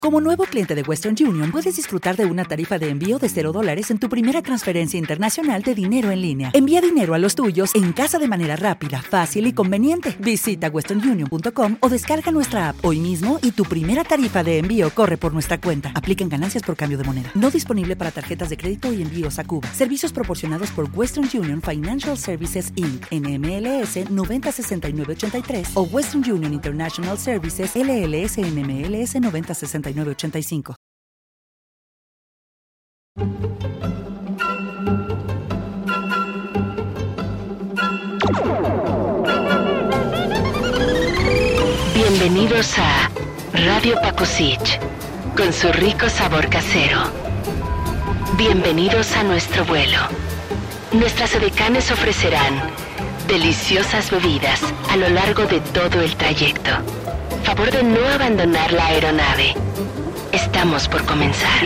Como nuevo cliente de Western Union, puedes disfrutar de una tarifa de envío de $0 en tu primera transferencia internacional de dinero en línea. Envía dinero a los tuyos en casa de manera rápida, fácil y conveniente. Visita westernunion.com o descarga nuestra app hoy mismo y tu primera tarifa de envío corre por nuestra cuenta. Aplican ganancias por cambio de moneda. No disponible para tarjetas de crédito y envíos a Cuba. Servicios proporcionados por Western Union Financial Services Inc. NMLS 906983 o Western Union International Services LLS NMLS 906985. Bienvenidos a Radio Pakusich, con su rico sabor casero. Bienvenidos a nuestro vuelo. Nuestras edecanes ofrecerán deliciosas bebidas a lo largo de todo el trayecto. Favor de no abandonar la aeronave. Estamos por comenzar.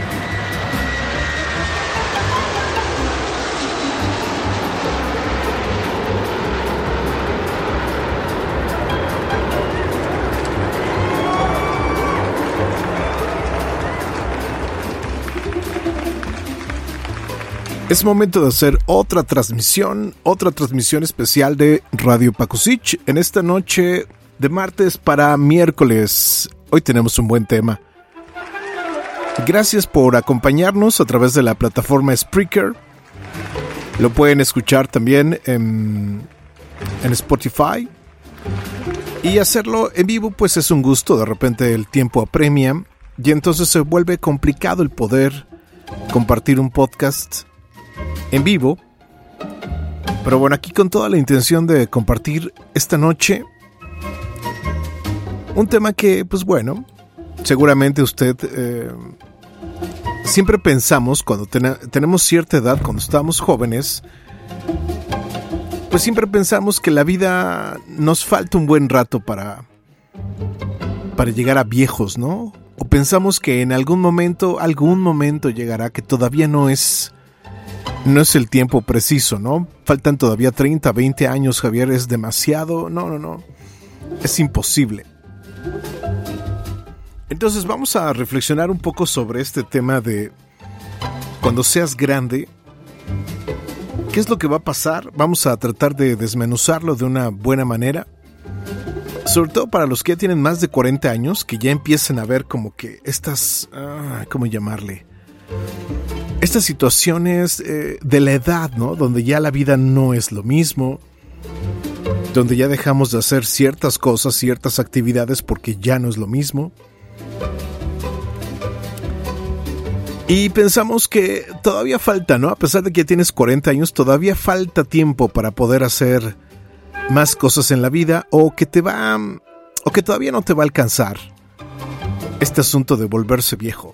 Es momento de hacer otra transmisión especial de Radio Pakusich en esta noche de martes para miércoles. Hoy tenemos un buen tema. Gracias por acompañarnos a través de la plataforma Spreaker. Lo pueden escuchar también en Spotify. Y hacerlo en vivo pues es un gusto. De repente el tiempo apremia y entonces se vuelve complicado el poder compartir un podcast en vivo. Pero bueno, aquí con toda la intención de compartir esta noche un tema que, pues bueno, seguramente usted siempre pensamos cuando tenemos cierta edad, cuando estamos jóvenes, pues siempre pensamos que la vida nos falta un buen rato para llegar a viejos, ¿no? O pensamos que en algún momento llegará que todavía no es el tiempo preciso, ¿no? Faltan todavía 30, 20 años, Javier, es demasiado. No. Es imposible. Entonces vamos a reflexionar un poco sobre este tema de cuando seas grande, ¿qué es lo que va a pasar? Vamos a tratar de desmenuzarlo de una buena manera. Sobre todo para los que ya tienen más de 40 años, que ya empiezan a ver como que estas, ¿cómo llamarle? Estas situaciones de la edad, ¿no? Donde ya la vida no es lo mismo, donde ya dejamos de hacer ciertas cosas, ciertas actividades porque ya no es lo mismo. Y pensamos que todavía falta, ¿no? A pesar de que ya tienes 40 años, todavía falta tiempo para poder hacer más cosas en la vida o que todavía no te va a alcanzar este asunto de volverse viejo.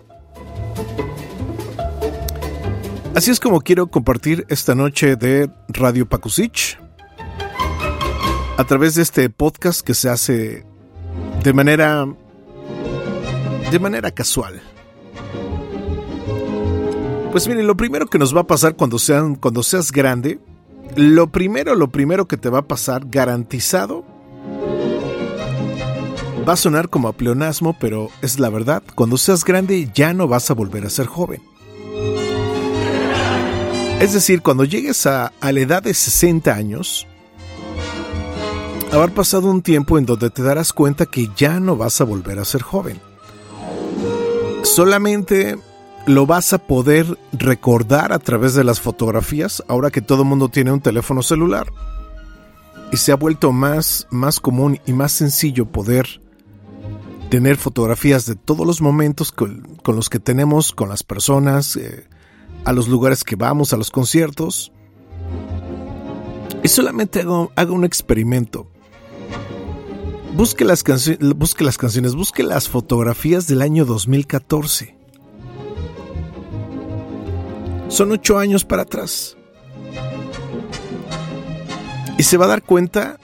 Así es como quiero compartir esta noche de Radio Pakusich a través de este podcast que se hace de manera casual. Pues miren, lo primero que nos va a pasar cuando seas grande, lo primero que te va a pasar, garantizado, va a sonar como a pleonasmo, pero es la verdad. Cuando seas grande ya no vas a volver a ser joven. Es decir, cuando llegues a la edad de 60 años, habrá pasado un tiempo en donde te darás cuenta que ya no vas a volver a ser joven. Solamente lo vas a poder recordar a través de las fotografías, ahora que todo el mundo tiene un teléfono celular. Y se ha vuelto más común y más sencillo poder tener fotografías de todos los momentos con los que tenemos, con las personas, a los lugares que vamos, a los conciertos. Y solamente haga un experimento. Busque las canciones, busque las fotografías del año 2014. Son 8 años para atrás. Y se va a dar cuenta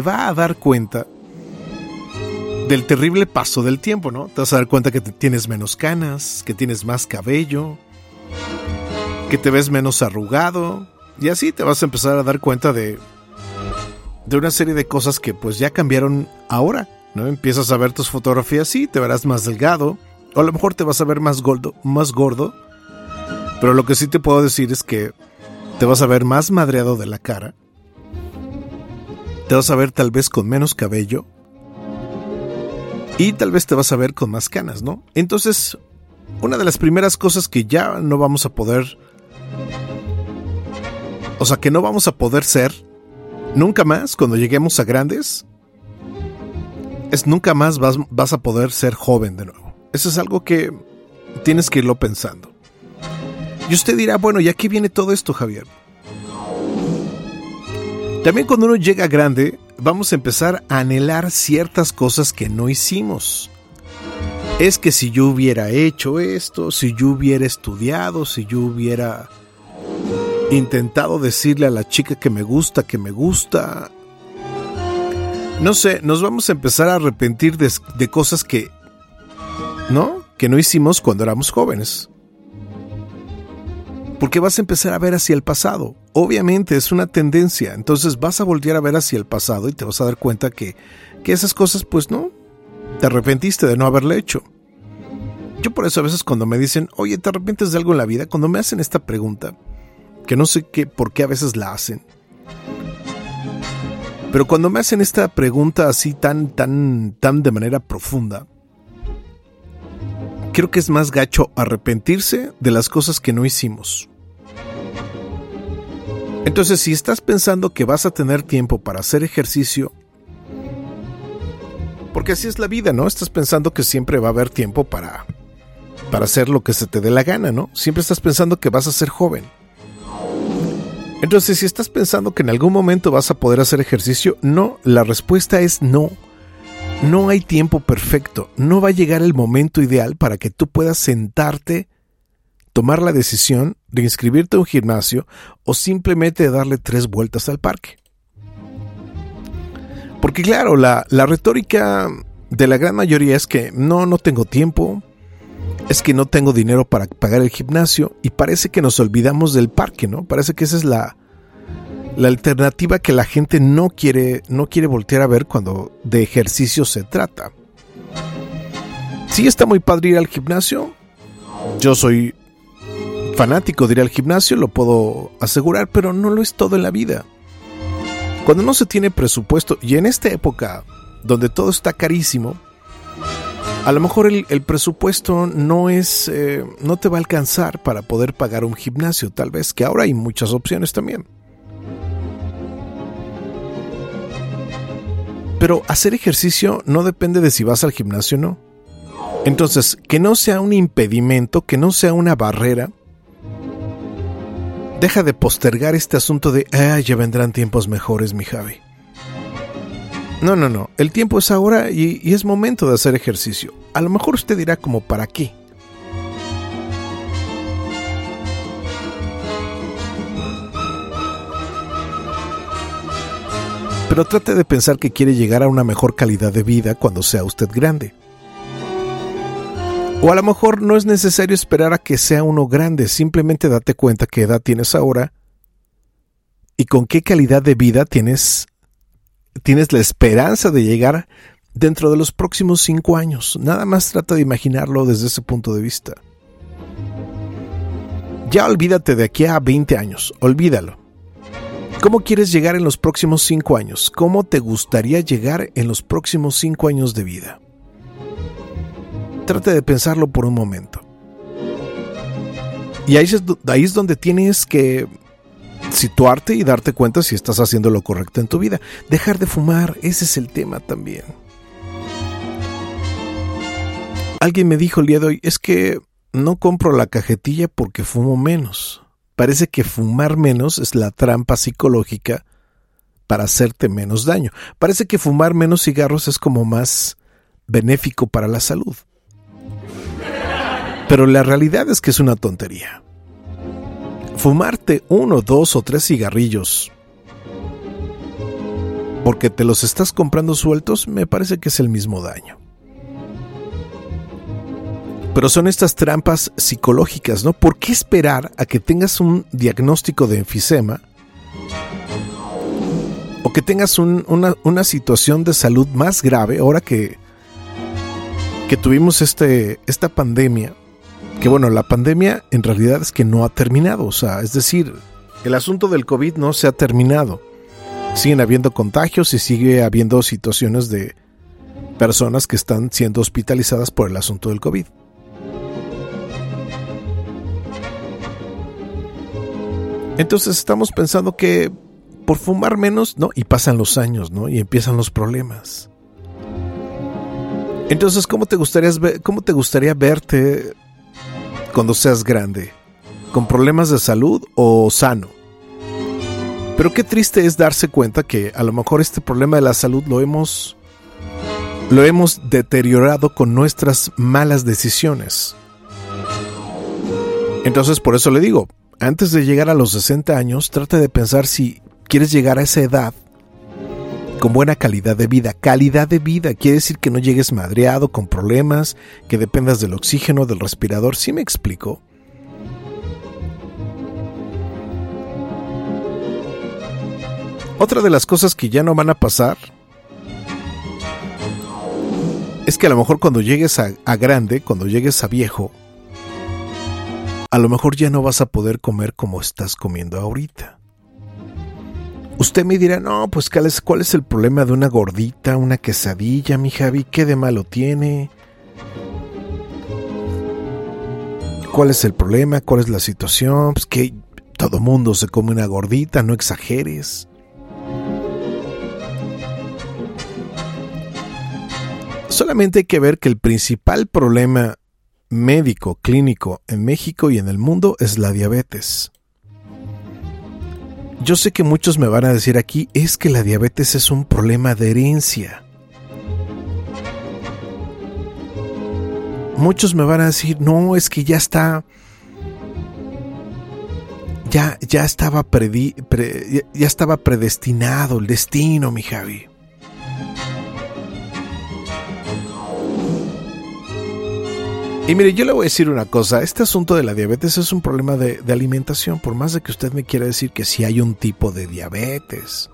del terrible paso del tiempo, ¿no? Te vas a dar cuenta que tienes menos canas, que tienes más cabello, que te ves menos arrugado. Y así te vas a empezar a dar cuenta de una serie de cosas que pues ya cambiaron ahora, ¿no? Empiezas a ver tus fotografías y te verás más delgado, O a lo mejor te vas a ver más gordo, pero lo que sí te puedo decir es que te vas a ver más madreado de la cara, te vas a ver tal vez con menos cabello y tal vez te vas a ver con más canas, ¿no? Entonces, una de las primeras cosas que ya no vamos a poder, o sea, que no vamos a poder ser nunca más cuando lleguemos a grandes, es nunca más vas a poder ser joven de nuevo. Eso es algo que tienes que irlo pensando. Y usted dirá, bueno, ¿y a qué viene todo esto, Javier? También cuando uno llega grande, vamos a empezar a anhelar ciertas cosas que no hicimos. Es que si yo hubiera hecho esto, si yo hubiera estudiado, si yo hubiera intentado decirle a la chica que me gusta, no sé, nos vamos a empezar a arrepentir de cosas que no hicimos cuando éramos jóvenes. Porque vas a empezar a ver hacia el pasado. Obviamente es una tendencia. Entonces vas a voltear a ver hacia el pasado y te vas a dar cuenta que esas cosas, pues no, te arrepentiste de no haberle hecho. Yo por eso a veces cuando me dicen, oye, ¿te arrepientes de algo en la vida? Cuando me hacen esta pregunta, que no sé por qué a veces la hacen, pero cuando me hacen esta pregunta así tan de manera profunda, creo que es más gacho arrepentirse de las cosas que no hicimos. Entonces, si estás pensando que vas a tener tiempo para hacer ejercicio, porque así es la vida, ¿no? Estás pensando que siempre va a haber tiempo para hacer lo que se te dé la gana, ¿no? Siempre estás pensando que vas a ser joven. Entonces, si estás pensando que en algún momento vas a poder hacer ejercicio, no, la respuesta es no. No hay tiempo perfecto, no va a llegar el momento ideal para que tú puedas sentarte, tomar la decisión de inscribirte a un gimnasio o simplemente darle 3 vueltas al parque. Porque claro, la retórica de la gran mayoría es que no tengo tiempo, es que no tengo dinero para pagar el gimnasio y parece que nos olvidamos del parque, ¿no? Parece que esa es la alternativa que la gente no quiere voltear a ver cuando de ejercicio se trata. Sí, está muy padre ir al gimnasio. Yo soy fanático de ir al gimnasio, lo puedo asegurar, pero no lo es todo en la vida. Cuando no se tiene presupuesto, y en esta época donde todo está carísimo, a lo mejor el presupuesto no te va a alcanzar para poder pagar un gimnasio, tal vez, que ahora hay muchas opciones también. Pero hacer ejercicio no depende de si vas al gimnasio o no. Entonces, que no sea un impedimento, que no sea una barrera. Deja de postergar este asunto de, ya vendrán tiempos mejores, mi Javi. No. El tiempo es ahora y es momento de hacer ejercicio. A lo mejor usted dirá como, ¿para qué? Pero trate de pensar que quiere llegar a una mejor calidad de vida cuando sea usted grande. O a lo mejor no es necesario esperar a que sea uno grande, simplemente date cuenta qué edad tienes ahora y con qué calidad de vida tienes la esperanza de llegar dentro de los próximos 5 años. Nada más trata de imaginarlo desde ese punto de vista. Ya olvídate de aquí a 20 años, olvídalo. ¿Cómo quieres llegar en los próximos 5 años? ¿Cómo te gustaría llegar en los próximos 5 años de vida? Trata de pensarlo por un momento. Y ahí es donde tienes que situarte y darte cuenta si estás haciendo lo correcto en tu vida. Dejar de fumar, ese es el tema también. Alguien me dijo el día de hoy, es que no compro la cajetilla porque fumo menos. Parece que fumar menos es la trampa psicológica para hacerte menos daño. Parece que fumar menos cigarros es como más benéfico para la salud. Pero la realidad es que es una tontería. Fumarte 1, 2 o 3 cigarrillos porque te los estás comprando sueltos, me parece que es el mismo daño. Pero son estas trampas psicológicas, ¿no? ¿Por qué esperar a que tengas un diagnóstico de enfisema o que tengas una situación de salud más grave ahora que que tuvimos esta pandemia, que bueno, la pandemia en realidad es que no ha terminado, o sea, es decir, el asunto del COVID no se ha terminado. Siguen habiendo contagios y sigue habiendo situaciones de personas que están siendo hospitalizadas por el asunto del COVID. Entonces estamos pensando que por fumar menos, ¿no? Y pasan los años, ¿no? Y empiezan los problemas. Entonces, ¿cómo te gustaría verte cuando seas grande? ¿Con problemas de salud o sano? Pero qué triste es darse cuenta que a lo mejor este problema de la salud lo hemos deteriorado con nuestras malas decisiones. Entonces, por eso le digo, antes de llegar a los 60 años, trata de pensar si quieres llegar a esa edad con buena calidad de vida. Calidad de vida quiere decir que no llegues madreado, con problemas, que dependas del oxígeno, del respirador. ¿Sí me explico? Otra de las cosas que ya no van a pasar es que a lo mejor cuando llegues a grande, cuando llegues a viejo, a lo mejor ya no vas a poder comer como estás comiendo ahorita. Usted me dirá, no, pues ¿cuál es el problema de una gordita, una quesadilla, mi Javi? ¿Qué de malo tiene? ¿Cuál es el problema? ¿Cuál es la situación? Pues que todo mundo se come una gordita, no exageres. Solamente hay que ver que el principal problema médico, clínico en México y en el mundo es la diabetes. Yo sé que muchos me van a decir aquí, es que la diabetes es un problema de herencia. Muchos me van a decir, no, es que ya está, ya estaba predestinado el destino, mi Javi. Y mire, yo le voy a decir una cosa, este asunto de la diabetes es un problema de alimentación, por más de que usted me quiera decir que sí hay un tipo de diabetes.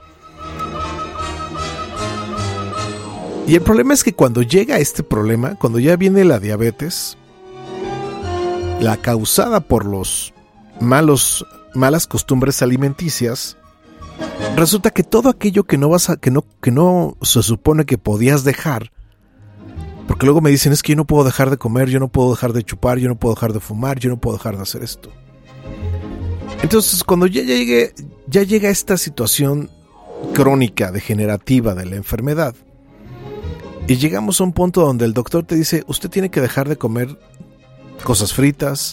Y el problema es que cuando llega este problema, cuando ya viene la diabetes, la causada por los malas costumbres alimenticias, resulta que todo aquello que no se supone que podías dejar, porque luego me dicen, es que yo no puedo dejar de comer, yo no puedo dejar de chupar, yo no puedo dejar de fumar, yo no puedo dejar de hacer esto. Entonces, cuando ya llega esta situación crónica, degenerativa de la enfermedad, y llegamos a un punto donde el doctor te dice, usted tiene que dejar de comer cosas fritas,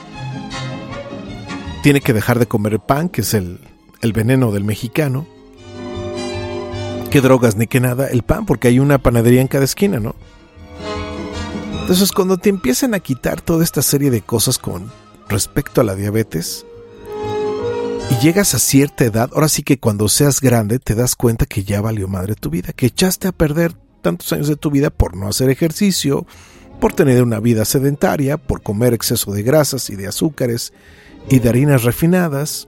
tiene que dejar de comer pan, que es el veneno del mexicano, qué drogas ni qué nada, el pan, porque hay una panadería en cada esquina, ¿no? Entonces, cuando te empiezan a quitar toda esta serie de cosas con respecto a la diabetes y llegas a cierta edad, ahora sí que cuando seas grande te das cuenta que ya valió madre tu vida, que echaste a perder tantos años de tu vida por no hacer ejercicio, por tener una vida sedentaria, por comer exceso de grasas y de azúcares y de harinas refinadas.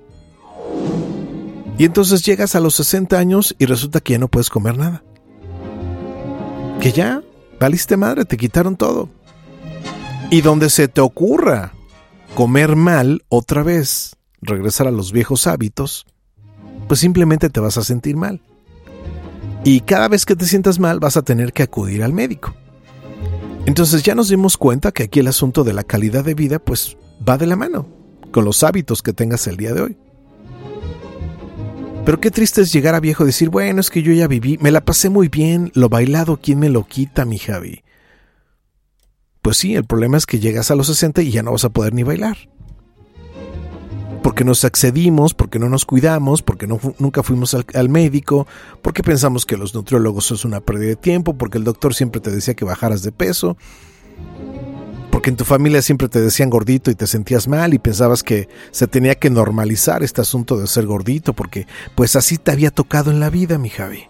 Y entonces llegas a los 60 años y resulta que ya no puedes comer nada. Que ya valiste madre, te quitaron todo. Y donde se te ocurra comer mal otra vez, regresar a los viejos hábitos, pues simplemente te vas a sentir mal. Y cada vez que te sientas mal vas a tener que acudir al médico. Entonces ya nos dimos cuenta que aquí el asunto de la calidad de vida pues va de la mano con los hábitos que tengas el día de hoy. Pero qué triste es llegar a viejo y decir, bueno, es que yo ya viví, me la pasé muy bien, lo bailado, ¿quién me lo quita, mi Javi? Pues sí, el problema es que llegas a los 60 y ya no vas a poder ni bailar. Porque nos excedimos, porque no nos cuidamos, porque nunca fuimos al médico, porque pensamos que los nutriólogos es una pérdida de tiempo, porque el doctor siempre te decía que bajaras de peso, porque en tu familia siempre te decían gordito y te sentías mal y pensabas que se tenía que normalizar este asunto de ser gordito, porque pues así te había tocado en la vida, mi Javi.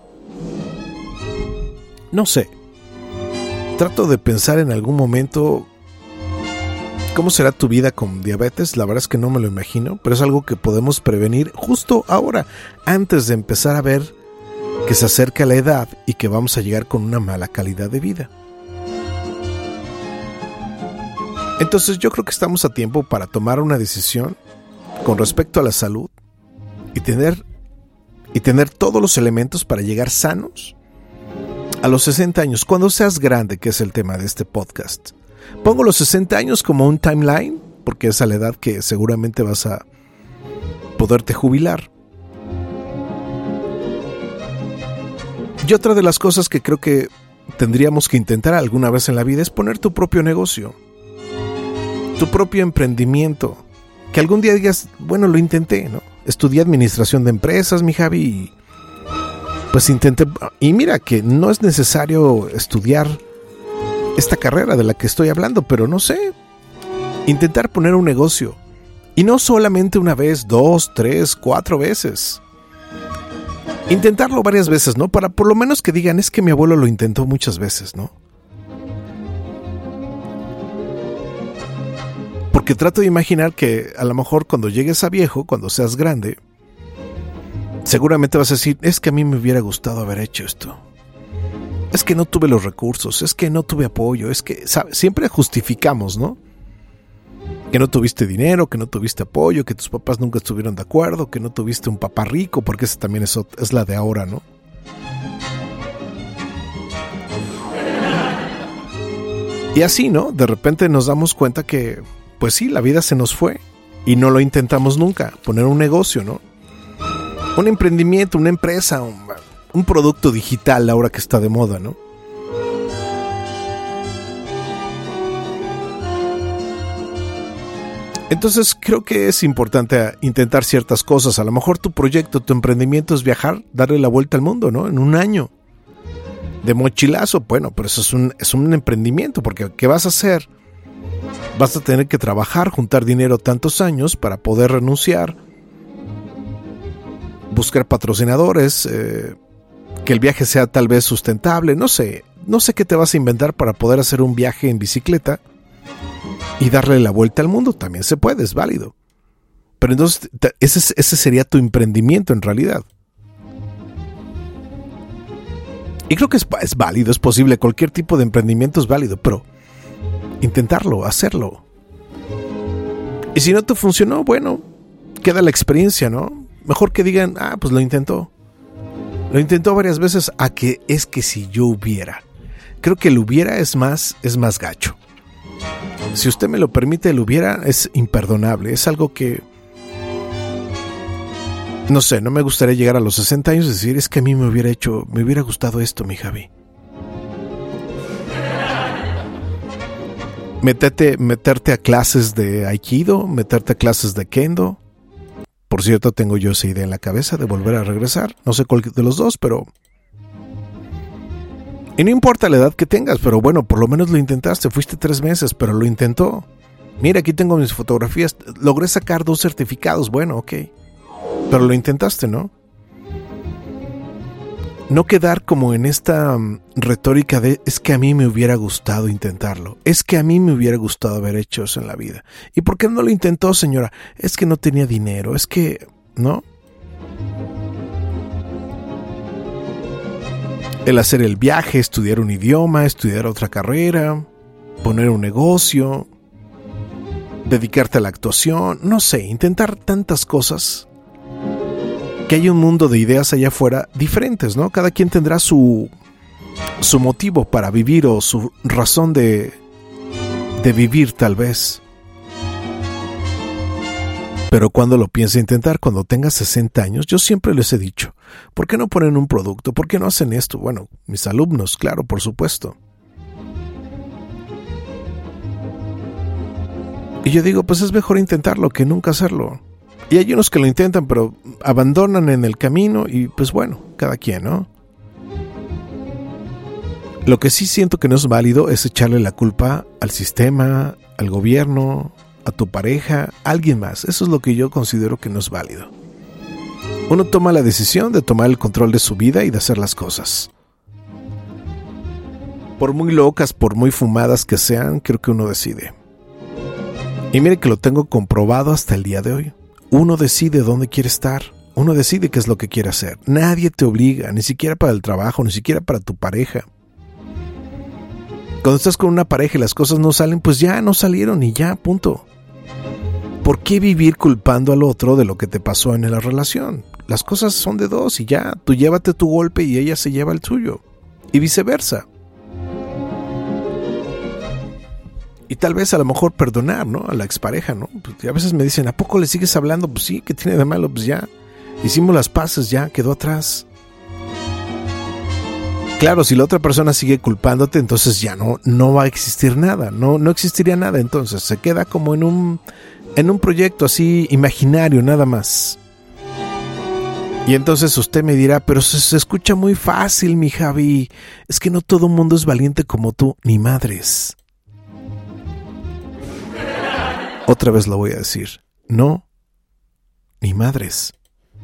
No sé. Trato de pensar en algún momento cómo será tu vida con diabetes. La verdad es que no me lo imagino, pero es algo que podemos prevenir justo ahora, antes de empezar a ver que se acerca la edad y que vamos a llegar con una mala calidad de vida. Entonces yo creo que estamos a tiempo para tomar una decisión con respecto a la salud y tener todos los elementos para llegar sanos a los 60 años, cuando seas grande, que es el tema de este podcast. Pongo los 60 años como un timeline, porque es a la edad que seguramente vas a poderte jubilar. Y otra de las cosas que creo que tendríamos que intentar alguna vez en la vida es poner tu propio negocio, tu propio emprendimiento, que algún día digas, bueno, lo intenté, ¿no? Estudié administración de empresas, mi Javi, y pues intenté, y mira que no es necesario estudiar esta carrera de la que estoy hablando, pero no sé, intentar poner un negocio, y no solamente una vez, 2, 3, 4 veces, intentarlo varias veces, ¿no? Para por lo menos que digan, es que mi abuelo lo intentó muchas veces, ¿no? Porque trato de imaginar que a lo mejor cuando llegues a viejo, cuando seas grande, seguramente vas a decir, es que a mí me hubiera gustado haber hecho esto. Es que no tuve los recursos, es que no tuve apoyo, es que, ¿sabes? Siempre justificamos, ¿no? Que no tuviste dinero, que no tuviste apoyo, que tus papás nunca estuvieron de acuerdo, que no tuviste un papá rico, porque esa también es la de ahora, ¿no? Y así, ¿no? De repente nos damos cuenta que, pues sí, la vida se nos fue y no lo intentamos nunca, poner un negocio, ¿no? Un emprendimiento, una empresa, un producto digital ahora que está de moda, ¿no? Entonces creo que es importante intentar ciertas cosas. A lo mejor tu proyecto, tu emprendimiento es viajar, darle la vuelta al mundo, ¿no? En un año. De mochilazo, bueno, pero eso es un emprendimiento, porque ¿qué vas a hacer? Vas a tener que trabajar, juntar dinero tantos años para poder renunciar, buscar patrocinadores, que el viaje sea tal vez sustentable, no sé qué te vas a inventar para poder hacer un viaje en bicicleta y darle la vuelta al mundo. También se puede, es válido. Pero entonces ese sería tu emprendimiento en realidad. Y creo que es válido, es posible, cualquier tipo de emprendimiento es válido, pero intentarlo, hacerlo. Y si no te funcionó, bueno, queda la experiencia, ¿no? Mejor que digan, pues lo intentó varias veces, a que es que si yo hubiera. Creo que el hubiera es más gacho. Si usted me lo permite, el hubiera es imperdonable, es algo que, no sé, no me gustaría llegar a los 60 años y decir, es que a mí me hubiera gustado esto, mi Javi. Meterte a clases de Aikido, meterte a clases de Kendo. Por cierto, tengo yo esa idea en la cabeza de volver a regresar. No sé cuál de los dos, pero... Y no importa la edad que tengas, pero bueno, por lo menos lo intentaste. Fuiste 3 meses, pero lo intentó. Mira, aquí tengo mis fotografías. Logré sacar 2 certificados. Bueno, ok. Pero lo intentaste, ¿no? No quedar como en esta retórica de es que a mí me hubiera gustado intentarlo. Es que a mí me hubiera gustado haber hecho eso en la vida. ¿Y por qué no lo intentó, señora? Es que no tenía dinero. Es que... ¿no? El hacer el viaje, estudiar un idioma, estudiar otra carrera, poner un negocio, dedicarte a la actuación, no sé, intentar tantas cosas, que hay un mundo de ideas allá afuera diferentes, ¿no? Cada quien tendrá su motivo para vivir o su razón de vivir tal vez. Pero cuando lo piense intentar, cuando tengas 60 años, yo siempre les he dicho, ¿por qué no ponen un producto? ¿Por qué no hacen esto? Bueno, mis alumnos, claro, por supuesto. Y yo digo, pues es mejor intentarlo que nunca hacerlo. Y hay unos que lo intentan, pero abandonan en el camino y pues bueno, cada quien, ¿no? Lo que sí siento que no es válido es echarle la culpa al sistema, al gobierno, a tu pareja, a alguien más. Eso es lo que yo considero que no es válido. Uno toma la decisión de tomar el control de su vida y de hacer las cosas. Por muy locas, por muy fumadas que sean, creo que uno decide. Y mire que lo tengo comprobado hasta el día de hoy. Uno decide dónde quiere estar. Uno decide qué es lo que quiere hacer. Nadie te obliga, ni siquiera para el trabajo, ni siquiera para tu pareja. Cuando estás con una pareja y las cosas no salen, pues ya no salieron y ya, punto. ¿Por qué vivir culpando al otro de lo que te pasó en la relación? Las cosas son de dos y ya, tú llévate tu golpe y ella se lleva el suyo. Y viceversa. Y tal vez a lo mejor perdonar, ¿no? A la expareja, ¿no? Pues a veces me dicen, ¿a poco le sigues hablando? Pues sí, ¿qué tiene de malo? Pues ya, hicimos las paces, ya, quedó atrás. Claro, si la otra persona sigue culpándote, entonces ya no va a existir nada, no existiría nada, entonces se queda como en un proyecto así imaginario, nada más. Y entonces usted me dirá, pero se escucha muy fácil, mi Javi, es que no todo el mundo es valiente como tú, ni madres. Otra vez lo voy a decir, no, ni madres.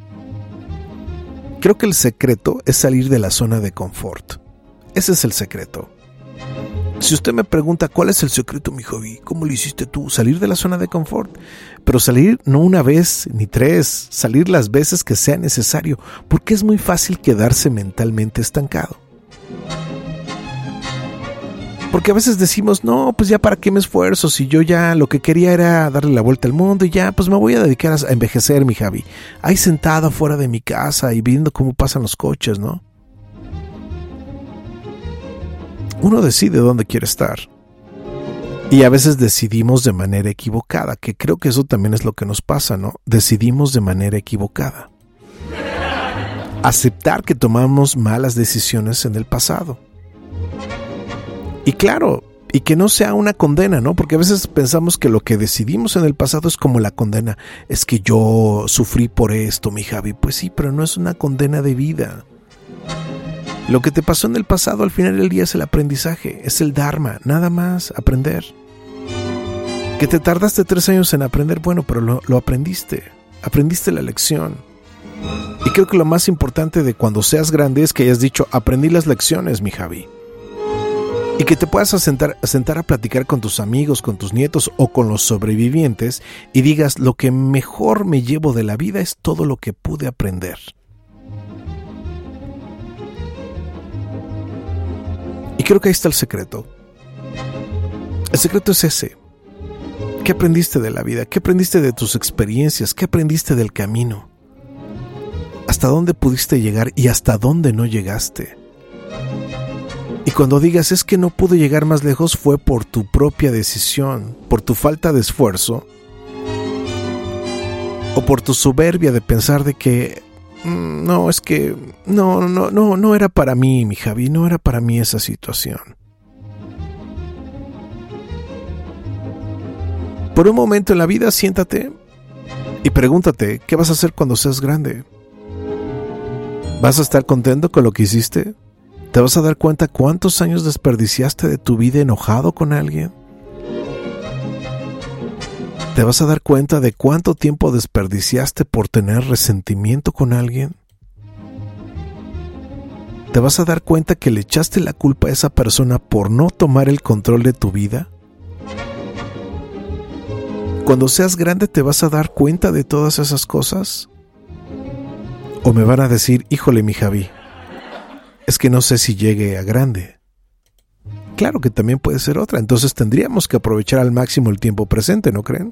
Creo que el secreto es salir de la zona de confort. Ese es el secreto. Si usted me pregunta cuál es el secreto, mi Javi, ¿cómo lo hiciste tú? Salir de la zona de confort. Pero salir no una vez ni tres, salir las veces que sea necesario, porque es muy fácil quedarse mentalmente estancado. Porque a veces decimos, no, pues ya para qué me esfuerzo, si yo ya lo que quería era darle la vuelta al mundo y ya, pues me voy a dedicar a envejecer, mi Javi. Ahí sentado afuera de mi casa y viendo cómo pasan los coches, ¿no? Uno decide dónde quiere estar. Y a veces decidimos de manera equivocada, que creo que eso también es lo que nos pasa, ¿no? Decidimos de manera equivocada. Aceptar que tomamos malas decisiones en el pasado. Y claro, y que no sea una condena, ¿no? Porque a veces pensamos que lo que decidimos en el pasado es como la condena. Es que yo sufrí por esto, mi Javi. Pues sí, pero no es una condena de vida. Lo que te pasó en el pasado al final del día es el aprendizaje, es el dharma, nada más, aprender. Que te tardaste 3 años en aprender, bueno, pero lo aprendiste la lección. Y creo que lo más importante de cuando seas grande es que hayas dicho, aprendí las lecciones, mi Javi. Y que te puedas sentar a platicar con tus amigos, con tus nietos o con los sobrevivientes y digas, lo que mejor me llevo de la vida es todo lo que pude aprender. Y creo que ahí está el secreto. El secreto es ese. ¿Qué aprendiste de la vida? ¿Qué aprendiste de tus experiencias? ¿Qué aprendiste del camino? ¿Hasta dónde pudiste llegar y hasta dónde no llegaste? Y cuando digas, es que no pude llegar más lejos, fue por tu propia decisión, por tu falta de esfuerzo, o por tu soberbia de pensar de que, no, es que, no era para mí, mi Javi, no era para mí esa situación. Por un momento en la vida, siéntate y pregúntate, ¿qué vas a hacer cuando seas grande? ¿Vas a estar contento con lo que hiciste? ¿Te vas a dar cuenta cuántos años desperdiciaste de tu vida enojado con alguien? ¿Te vas a dar cuenta de cuánto tiempo desperdiciaste por tener resentimiento con alguien? ¿Te vas a dar cuenta que le echaste la culpa a esa persona por no tomar el control de tu vida? Cuando seas grande, ¿te vas a dar cuenta de todas esas cosas? ¿O me van a decir, híjole, mi Javi, es que no sé si llegue a grande? Claro que también puede ser otra. Entonces tendríamos que aprovechar al máximo el tiempo presente, ¿no creen?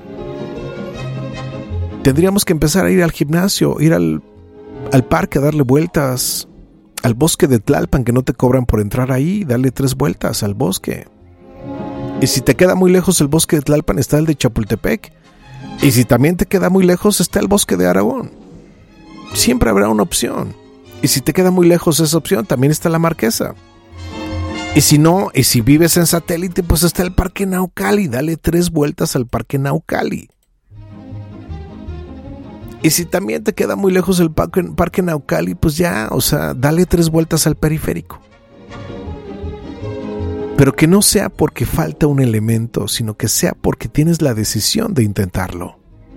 Tendríamos que empezar a ir al gimnasio, ir al parque a darle vueltas, al bosque de Tlalpan, que no te cobran por entrar ahí, darle 3 vueltas al bosque. Y si te queda muy lejos el bosque de Tlalpan, está el de Chapultepec. Y si también te queda muy lejos, está el bosque de Aragón. Siempre habrá una opción. Y si te queda muy lejos esa opción, también está la Marquesa. Y si no, y si vives en Satélite, pues está el Parque Naucali. Dale 3 vueltas al Parque Naucali. Y si también te queda muy lejos el Parque Naucali, pues ya, o sea, dale 3 vueltas al periférico. Pero que no sea porque falta un elemento, sino que sea porque tienes la decisión de intentarlo.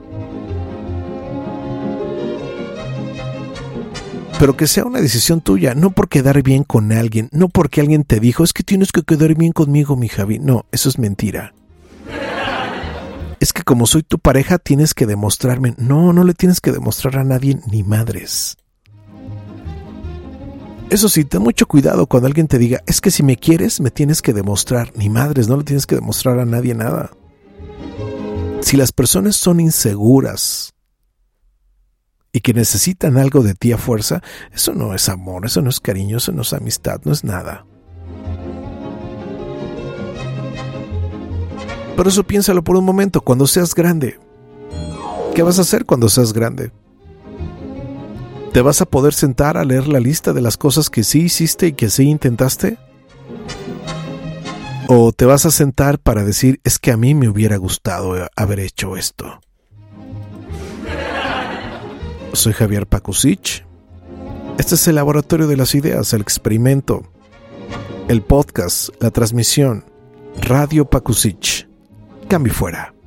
Pero que sea una decisión tuya, no por quedar bien con alguien, no porque alguien te dijo, es que tienes que quedar bien conmigo, mi Javi. No, eso es mentira. Es que como soy tu pareja, tienes que demostrarme. No le tienes que demostrar a nadie ni madres. Eso sí, ten mucho cuidado cuando alguien te diga, es que si me quieres, me tienes que demostrar. Ni madres, no le tienes que demostrar a nadie nada. Si las personas son inseguras y que necesitan algo de ti a fuerza, eso no es amor, eso no es cariño, eso no es amistad, no es nada. Por eso piénsalo por un momento, cuando seas grande. ¿Qué vas a hacer cuando seas grande? ¿Te vas a poder sentar a leer la lista de las cosas que sí hiciste y que sí intentaste? ¿O te vas a sentar para decir, es que a mí me hubiera gustado haber hecho esto? Soy Javier Pakusich. Este es el laboratorio de las ideas, el experimento, el podcast, la transmisión, Radio Pakusich. Cambio fuera.